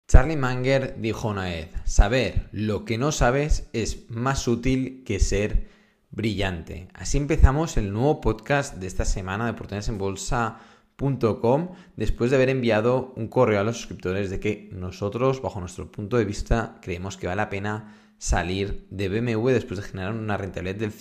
Charlie Munger dijo una vez: saber lo que no sabes es más útil que ser brillante. Así empezamos el nuevo podcast de esta semana de oportunidadesenbolsa.com, después de haber enviado un correo a los suscriptores de que nosotros, bajo nuestro punto de vista, creemos que vale la pena salir de BMW después de generar una rentabilidad del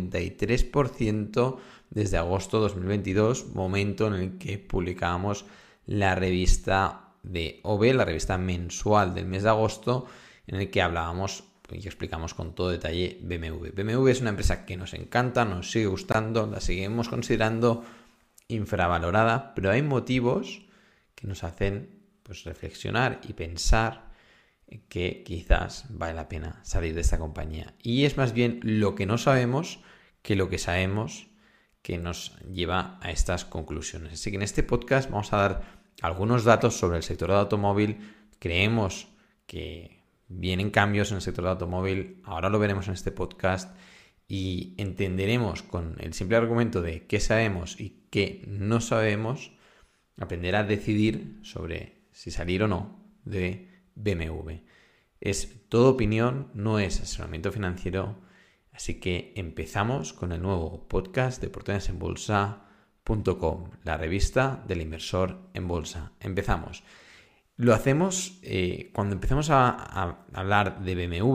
53% desde agosto de 2022, momento en el que publicábamos la revista de OB, la revista mensual del mes de agosto, en el que hablábamos y explicamos con todo detalle BMW. BMW es una empresa que nos encanta, nos sigue gustando, la seguimos considerando infravalorada, pero hay motivos que nos hacen reflexionar y pensar que quizás vale la pena salir de esta compañía. Y es más bien lo que no sabemos que lo que sabemos que nos lleva a estas conclusiones. Así que en este podcast vamos a dar algunos datos sobre el sector del automóvil. Creemos que vienen cambios en el sector del automóvil, ahora lo veremos en este podcast y entenderemos con el simple argumento de qué sabemos y qué no sabemos, aprender a decidir sobre si salir o no de BMW. Es toda opinión, no es asesoramiento financiero, así que empezamos con el nuevo podcast de oportunidadesenbolsa.com, la revista del inversor en bolsa. Empezamos. Lo hacemos cuando empezamos a hablar de BMW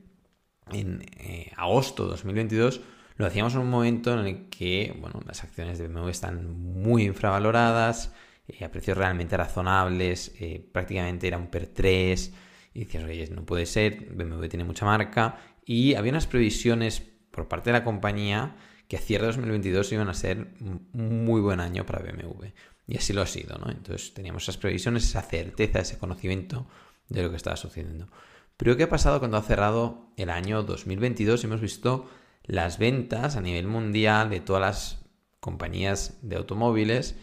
en agosto de 2022. Lo hacíamos en un momento en el que las acciones de BMW están muy infravaloradas, a precios realmente razonables, prácticamente era un PER 3, y decías, oye, no puede ser, BMW tiene mucha marca, y había unas previsiones por parte de la compañía que a cierre de 2022 iban a ser un muy buen año para BMW. Y así lo ha sido, ¿no? Entonces teníamos esas previsiones, esa certeza, ese conocimiento de lo que estaba sucediendo. Pero ¿qué ha pasado cuando ha cerrado el año 2022? Hemos visto las ventas a nivel mundial de todas las compañías de automóviles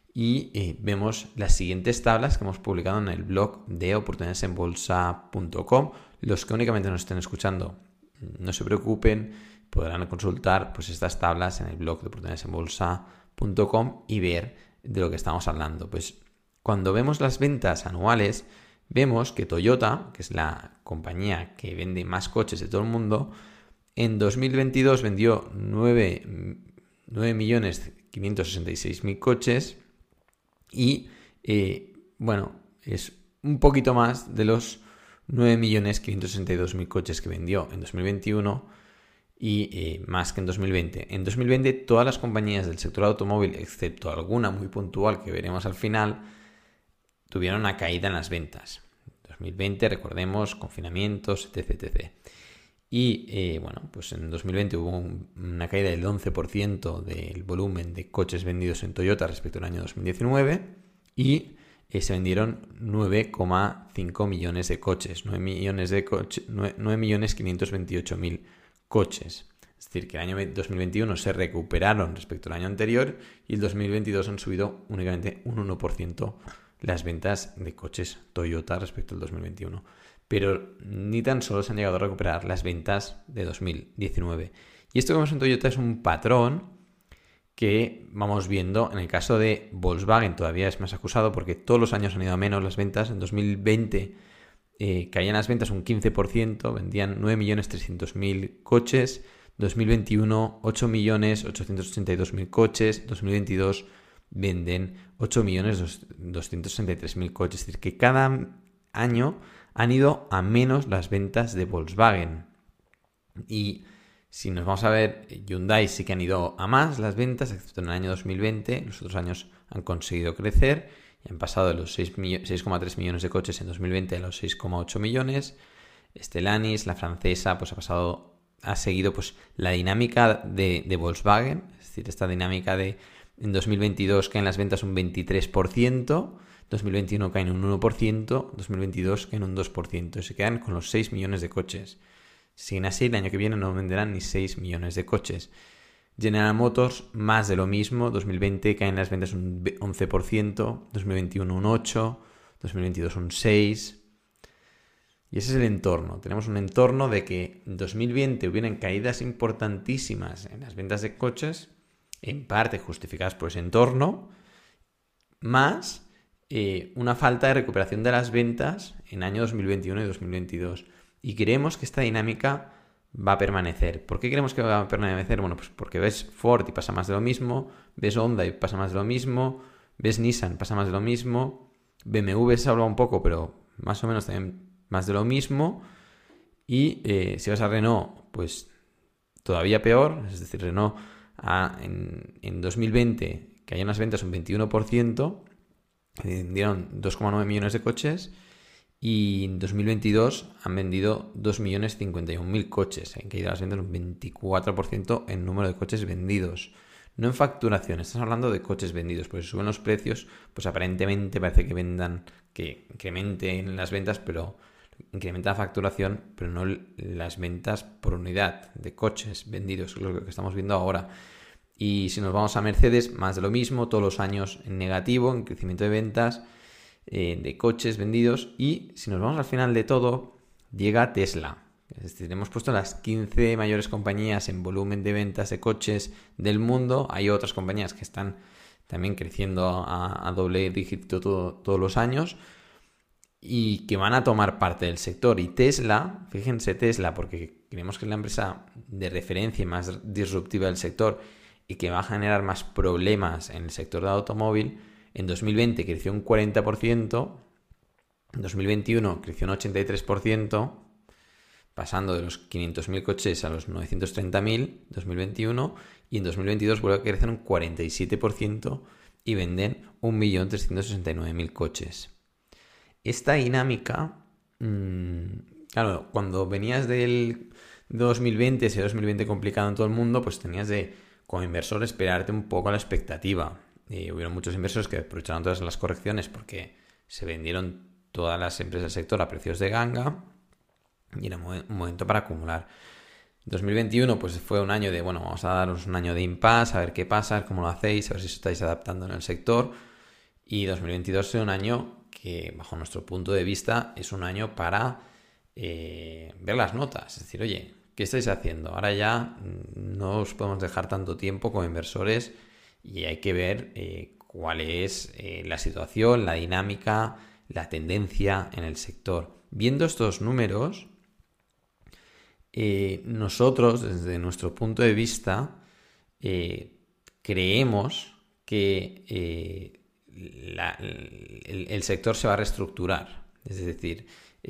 y vemos las siguientes tablas que hemos publicado en el blog de oportunidadesenbolsa.com. Los que únicamente nos estén escuchando, no se preocupen, podrán consultar estas tablas en el blog de oportunidadesenbolsa.com y ver de lo que estamos hablando. Pues cuando vemos las ventas anuales, vemos que Toyota, que es la compañía que vende más coches de todo el mundo, en 2022 vendió 9.566.000 coches y es un poquito más de los 9.562.000 coches que vendió en 2021 y más que en 2020. En 2020 todas las compañías del sector automóvil, excepto alguna muy puntual que veremos al final, tuvieron una caída en las ventas. 2020, recordemos, confinamientos, etc. Y en 2020 hubo una caída del 11% del volumen de coches vendidos en Toyota respecto al año 2019 y se vendieron 9,5 millones de coches, 9.528.000 coches. Es decir, que el año 2021 se recuperaron respecto al año anterior y el 2022 han subido únicamente un 1% las ventas de coches Toyota respecto al 2021. Pero ni tan solo se han llegado a recuperar las ventas de 2019. Y esto que vemos en Toyota es un patrón que vamos viendo. En el caso de Volkswagen todavía es más acusado porque todos los años han ido a menos las ventas. En 2020 caían las ventas un 15%, vendían 9.300.000 coches. 2021 8.882.000 coches. 2022 venden 8.263.000 coches. Es decir, que cada año han ido a menos las ventas de Volkswagen. Y si nos vamos a ver, Hyundai sí que han ido a más las ventas, excepto en el año 2020. Los otros años han conseguido crecer y han pasado de los 6,3 millones de coches en 2020 a los 6,8 millones. Stellantis, la francesa, ha seguido la dinámica de Volkswagen, es decir, esta dinámica de en 2022 caen las ventas un 23%, 2021 caen un 1%, 2022 caen un 2%, y se quedan con los 6 millones de coches. Si siguen así, el año que viene no venderán ni 6 millones de coches. General Motors, más de lo mismo, 2020 caen las ventas un 11%, 2021 un 8%, 2022 un 6%. Y ese es el entorno. Tenemos un entorno de que en 2020 hubieran caídas importantísimas en las ventas de coches, en parte justificadas por ese entorno, más una falta de recuperación de las ventas en año 2021 y 2022. Y creemos que esta dinámica va a permanecer. ¿Por qué creemos que va a permanecer? Bueno, pues porque ves Ford y pasa más de lo mismo, ves Honda y pasa más de lo mismo, ves Nissan, pasa más de lo mismo, BMW se habla un poco, pero más o menos también más de lo mismo, y si vas a Renault, pues todavía peor, es decir, Renault en 2020, que hay unas ventas un 21%, vendieron 2,9 millones de coches, y en 2022 han vendido 2.051.000 coches. Han caído las ventas un 24% en número de coches vendidos. No en facturación, estás hablando de coches vendidos. Pues si suben los precios, pues aparentemente parece que incrementen las ventas, pero incrementa la facturación, pero no las ventas por unidad de coches vendidos, que es lo que estamos viendo ahora. Y si nos vamos a Mercedes, más de lo mismo, todos los años en negativo, en crecimiento de ventas, de coches vendidos. Y si nos vamos al final de todo, llega Tesla. Es decir, hemos puesto las 15 mayores compañías en volumen de ventas de coches del mundo. Hay otras compañías que están también creciendo a doble dígito todos los años y que van a tomar parte del sector. Y Tesla, fíjense Tesla, porque creemos que es la empresa de referencia más disruptiva del sector y que va a generar más problemas en el sector del automóvil. En 2020 creció un 40%, en 2021 creció un 83%, pasando de los 500.000 coches a los 930.000 en 2021, y en 2022 vuelve a crecer un 47% y venden 1.369.000 coches. Esta dinámica, claro, cuando venías del 2020, ese 2020 complicado en todo el mundo, pues tenías como inversor, esperarte un poco a la expectativa. Hubieron muchos inversores que aprovecharon todas las correcciones porque se vendieron todas las empresas del sector a precios de ganga y era un momento para acumular. 2021 pues fue un año de, bueno, vamos a daros un año de impasse, a ver qué pasa, a ver cómo lo hacéis, a ver si os estáis adaptando en el sector. Y 2022 es un año que, bajo nuestro punto de vista, es un año para ver las notas. Es decir, oye, ¿qué estáis haciendo? Ahora ya no os podemos dejar tanto tiempo como inversores y hay que ver cuál es la situación, la dinámica, la tendencia en el sector. Viendo estos números, nosotros, desde nuestro punto de vista, creemos que el sector se va a reestructurar. Es decir,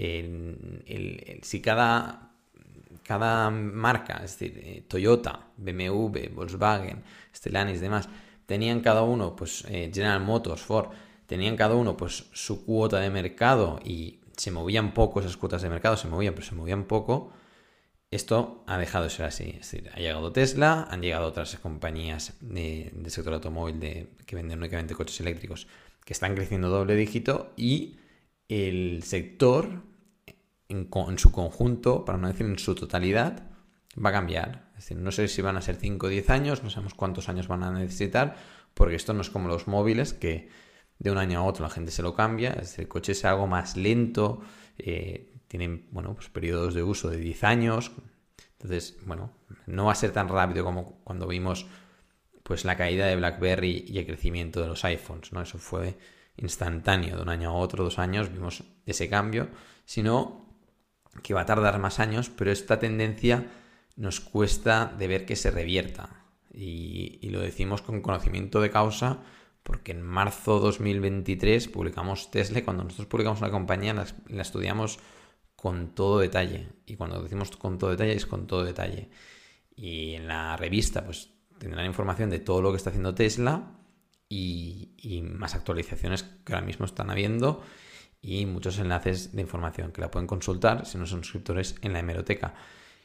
si cada marca, es decir, Toyota, BMW, Volkswagen, Stellantis y demás, tenían cada uno, pues General Motors, Ford, tenían cada uno pues su cuota de mercado y se movían poco esas cuotas de mercado, pero se movían poco. Esto ha dejado de ser así. Es decir, ha llegado Tesla, han llegado otras compañías del sector automóvil que venden únicamente coches eléctricos que están creciendo doble dígito y el sector en su conjunto, para no decir en su totalidad, va a cambiar. Es decir, no sé si van a ser 5 o 10 años, no sabemos cuántos años van a necesitar, porque esto no es como los móviles, que de un año a otro la gente se lo cambia. Es decir, el coche es algo más lento, tienen, bueno, pues periodos de uso de 10 años. Entonces, bueno, no va a ser tan rápido como cuando vimos pues la caída de BlackBerry y el crecimiento de los iPhones, ¿no? Eso fue instantáneo, de un año a otro, 2 años, vimos ese cambio, sino que va a tardar más años, pero esta tendencia nos cuesta de ver que se revierta. Y lo decimos con conocimiento de causa, porque en marzo 2023 publicamos Tesla y cuando nosotros publicamos una compañía la estudiamos con todo detalle. Y cuando decimos con todo detalle es con todo detalle. Y en la revista pues tendrán información de todo lo que está haciendo Tesla y más actualizaciones que ahora mismo están habiendo y muchos enlaces de información que la pueden consultar si no son suscriptores en la hemeroteca.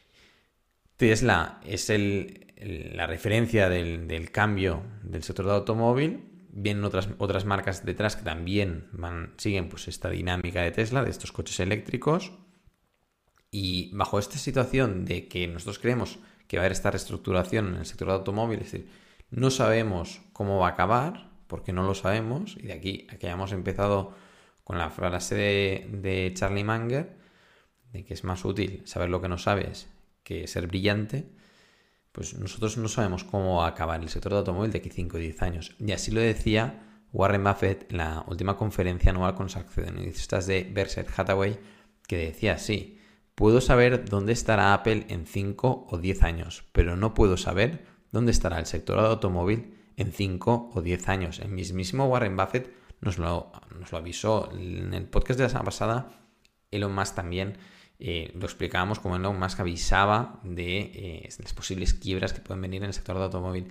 Tesla es la referencia del cambio del sector del automóvil. Vienen otras marcas detrás que también siguen pues esta dinámica de Tesla, de estos coches eléctricos. Y bajo esta situación de que nosotros creemos que va a haber esta reestructuración en el sector del automóvil, es decir, no sabemos cómo va a acabar, porque no lo sabemos, y de aquí a que hayamos empezado con la frase de Charlie Munger, de que es más útil saber lo que no sabes que ser brillante, pues nosotros no sabemos cómo va a acabar el sector del automóvil de aquí 5 o 10 años. Y así lo decía Warren Buffett en la última conferencia anual con los accionistas de Berkshire Hathaway, que decía así: puedo saber dónde estará Apple en 5 o 10 años, pero no puedo saber dónde estará el sector del automóvil en 5 o 10 años. El mismísimo Warren Buffett nos lo avisó en el podcast de la semana pasada. Elon Musk también lo explicábamos, como Elon Musk avisaba de las posibles quiebras que pueden venir en el sector del automóvil.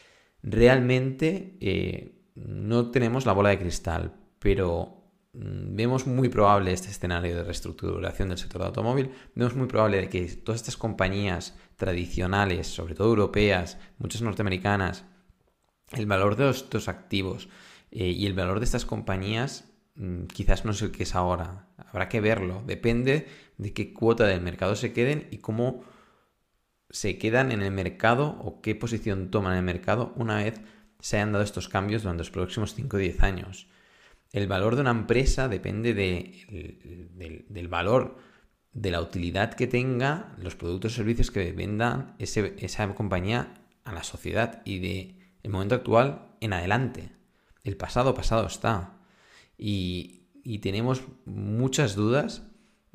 Realmente no tenemos la bola de cristal, pero vemos muy probable este escenario de reestructuración del sector del automóvil. Vemos muy probable de que todas estas compañías tradicionales, sobre todo europeas, muchas norteamericanas, el valor de estos activos y el valor de estas compañías quizás no es el que es ahora. Habrá que verlo. Depende de qué cuota del mercado se queden y cómo se quedan en el mercado o qué posición toman en el mercado una vez se hayan dado estos cambios durante los próximos 5 o 10 años. El valor de una empresa depende del valor de la utilidad que tenga, los productos o servicios que venda esa compañía a la sociedad y del momento actual en adelante. El pasado está. Y tenemos muchas dudas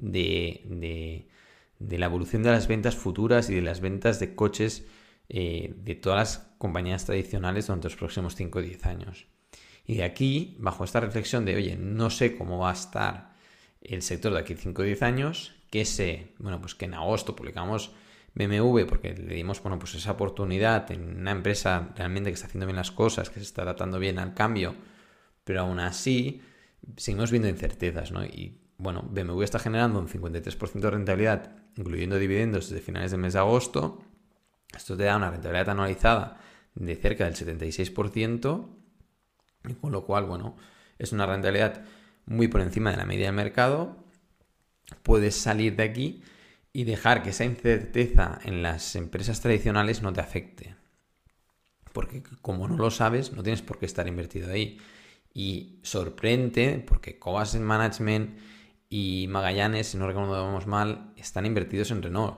de la evolución de las ventas futuras y de las ventas de coches de todas las compañías tradicionales durante los próximos 5 o 10 años. Y de aquí, bajo esta reflexión de, oye, no sé cómo va a estar el sector de aquí 5 o 10 años, que sé, bueno, pues que en agosto publicamos BMW porque le dimos, bueno, pues esa oportunidad en una empresa realmente que está haciendo bien las cosas, que se está adaptando bien al cambio, pero aún así seguimos viendo incertezas, ¿no? Y bueno, BMW está generando un 53% de rentabilidad, incluyendo dividendos desde finales del mes de agosto. Esto te da una rentabilidad anualizada de cerca del 76%, y con lo cual, bueno, es una rentabilidad muy por encima de la media del mercado. Puedes salir de aquí y dejar que esa incerteza en las empresas tradicionales no te afecte. Porque como no lo sabes, no tienes por qué estar invertido ahí. Y sorprende porque Cobas Management y Magallanes, si no recordamos mal, están invertidos en Renault.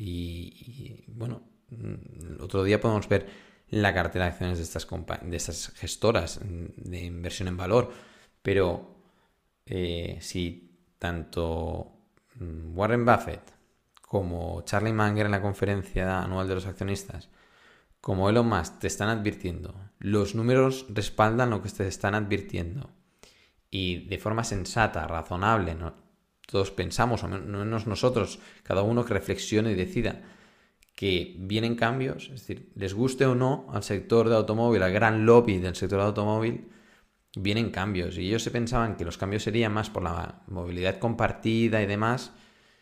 Y bueno, el otro día podemos ver la cartera de acciones de estas gestoras de inversión en valor. Pero si tanto Warren Buffett como Charlie Munger en la conferencia anual de los accionistas, como Elon Musk te están advirtiendo, los números respaldan lo que te están advirtiendo y de forma sensata, razonable, ¿no? Todos pensamos, o menos nosotros, cada uno que reflexione y decida que vienen cambios, es decir, les guste o no al sector de automóvil, al gran lobby del sector de automóvil, vienen cambios. Y ellos se pensaban que los cambios serían más por la movilidad compartida y demás,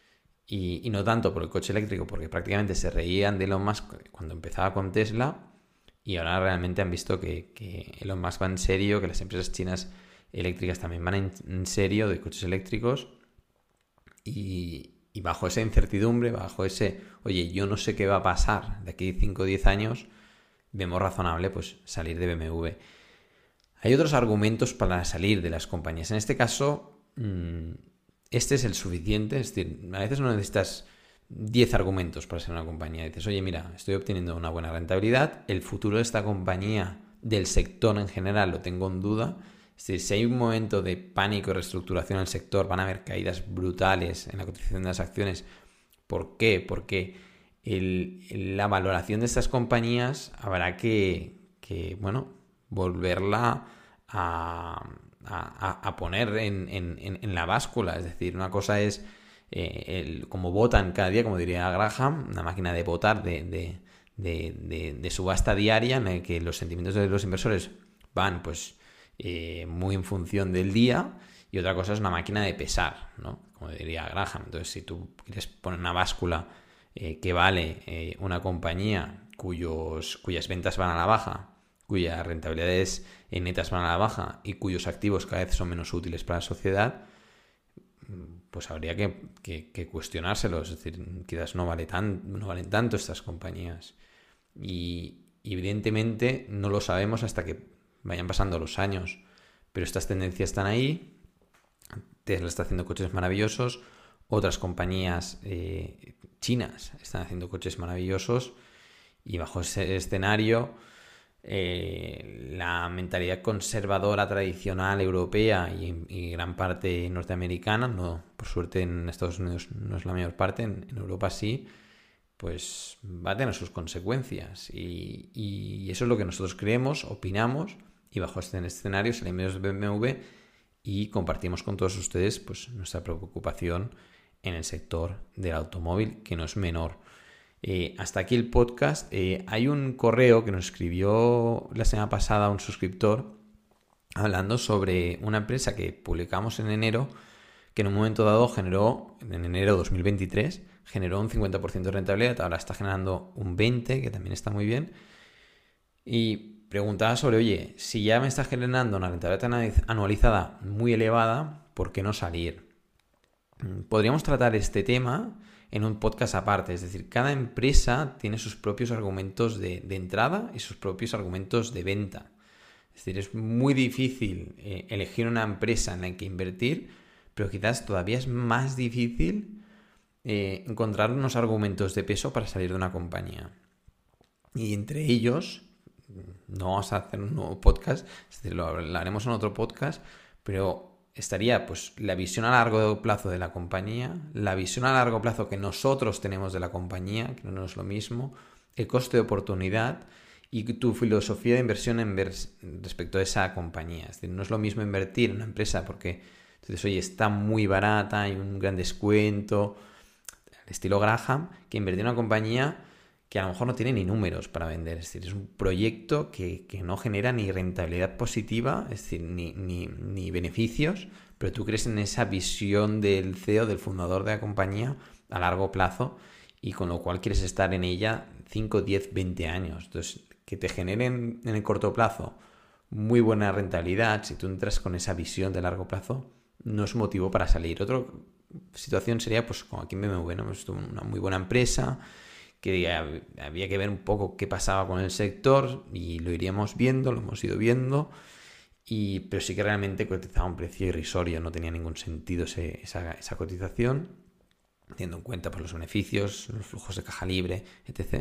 y no tanto por el coche eléctrico, porque prácticamente se reían de Elon Musk cuando empezaba con Tesla, y ahora realmente han visto que Elon Musk va en serio, que las empresas chinas eléctricas también van en serio de coches eléctricos, y bajo esa incertidumbre, bajo ese, oye, yo no sé qué va a pasar de aquí 5 o 10 años, vemos razonable pues salir de BMW. Hay otros argumentos para salir de las compañías. En este caso, este es el suficiente. Es decir, a veces no necesitas 10 argumentos para ser una compañía. Dices, oye, mira, estoy obteniendo una buena rentabilidad, el futuro de esta compañía, del sector en general, lo tengo en duda. Es decir, si hay un momento de pánico y reestructuración en el sector, van a haber caídas brutales en la cotización de las acciones. ¿Por qué? Porque la valoración de estas compañías habrá que volverla a poner en la báscula. Es decir, una cosa es como votan cada día, como diría Graham, una máquina de votar de subasta diaria en el que los sentimientos de los inversores van pues muy en función del día, y otra cosa es una máquina de pesar, ¿no? Como diría Graham. Entonces, si tú quieres poner una báscula que vale una compañía cuyas ventas van a la baja, cuyas rentabilidades netas van a la baja y cuyos activos cada vez son menos útiles para la sociedad, pues habría que cuestionárselos. Es decir, quizás no valen tanto estas compañías. Y evidentemente no lo sabemos hasta que vayan pasando los años. Pero estas tendencias están ahí. Tesla está haciendo coches maravillosos. Otras compañías chinas están haciendo coches maravillosos. Y bajo ese escenario, la mentalidad conservadora tradicional europea y gran parte norteamericana, no, por suerte en Estados Unidos no es la mayor parte, en Europa sí, pues va a tener sus consecuencias. Y eso es lo que nosotros creemos, opinamos, y bajo este escenario salimos de BMW y compartimos con todos ustedes pues nuestra preocupación en el sector del automóvil, que no es menor. Hasta aquí el podcast. Hay un correo que nos escribió la semana pasada un suscriptor hablando sobre una empresa que publicamos en enero, que en un momento dado generó, en enero de 2023, generó un 50% de rentabilidad, ahora está generando un 20%, que también está muy bien. Y preguntaba sobre, oye, si ya me está generando una rentabilidad anualizada muy elevada, ¿por qué no salir? Podríamos tratar este tema en un podcast aparte, es decir, cada empresa tiene sus propios argumentos de entrada y sus propios argumentos de venta. Es decir, es muy difícil elegir una empresa en la que invertir, pero quizás todavía es más difícil encontrar unos argumentos de peso para salir de una compañía. Y entre ellos, no vamos a hacer un nuevo podcast, es decir, lo haremos en otro podcast, pero estaría pues la visión a largo plazo de la compañía, la visión a largo plazo que nosotros tenemos de la compañía, que no es lo mismo, el coste de oportunidad y tu filosofía de inversión respecto a esa compañía. Es decir, no es lo mismo invertir en una empresa porque entonces, oye, está muy barata, hay un gran descuento, al estilo Graham, que invertir en una compañía que a lo mejor no tiene ni números para vender. Es decir, es un proyecto que no genera ni rentabilidad positiva, es decir, ni beneficios, pero tú crees en esa visión del CEO, del fundador de la compañía, a largo plazo, y con lo cual quieres estar en ella 5, 10, 20 años. Entonces, que te generen en el corto plazo muy buena rentabilidad, si tú entras con esa visión de largo plazo, no es motivo para salir. Otra situación sería, pues como aquí en BMW, ¿no? Es una muy buena empresa, que había que ver un poco qué pasaba con el sector y lo iríamos viendo, lo hemos ido viendo, pero sí que realmente cotizaba a un precio irrisorio, no tenía ningún sentido esa cotización, teniendo en cuenta pues, los beneficios, los flujos de caja libre, etc.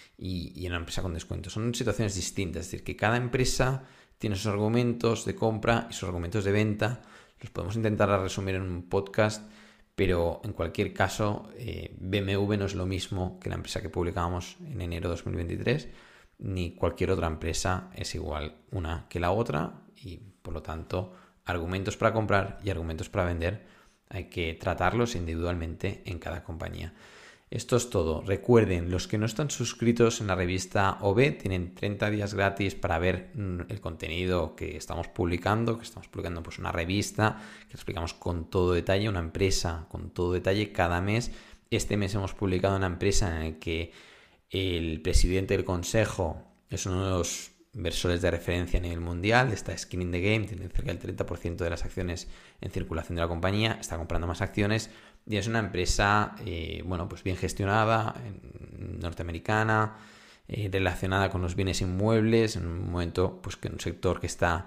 Y en una empresa con descuento. Son situaciones distintas, es decir, que cada empresa tiene sus argumentos de compra y sus argumentos de venta. Los podemos intentar resumir en un podcast, pero en cualquier caso, BMW no es lo mismo que la empresa que publicábamos en enero de 2023, ni cualquier otra empresa es igual una que la otra y, por lo tanto, argumentos para comprar y argumentos para vender hay que tratarlos individualmente en cada compañía. Esto es todo. Recuerden, los que no están suscritos en la revista OB tienen 30 días gratis para ver el contenido que estamos publicando, pues una revista que explicamos con todo detalle, una empresa con todo detalle cada mes. Este mes hemos publicado una empresa en la que el presidente del consejo es uno de los inversores de referencia a nivel mundial, está skin in the game, tiene cerca del 30% de las acciones en circulación de la compañía, está comprando más acciones. Y es una empresa, pues bien gestionada, norteamericana, relacionada con los bienes inmuebles, en un momento, pues que un sector que está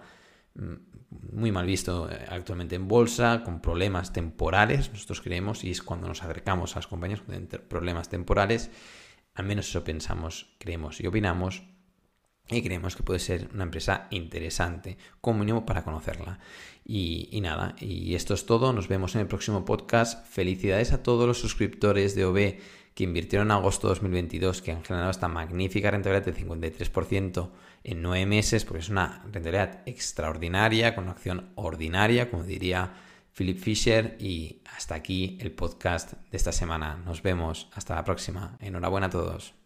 muy mal visto actualmente en bolsa, con problemas temporales, nosotros creemos, y es cuando nos acercamos a las compañías con problemas temporales, al menos eso pensamos, creemos y opinamos. Y creemos que puede ser una empresa interesante, como mínimo para conocerla. Y nada, y esto es todo. Nos vemos en el próximo podcast. Felicidades a todos los suscriptores de OB que invirtieron en agosto de 2022, que han generado esta magnífica rentabilidad del 53% en 9 meses, porque es una rentabilidad extraordinaria, con una acción ordinaria, como diría Philip Fisher. Y hasta aquí el podcast de esta semana. Nos vemos. Hasta la próxima. Enhorabuena a todos.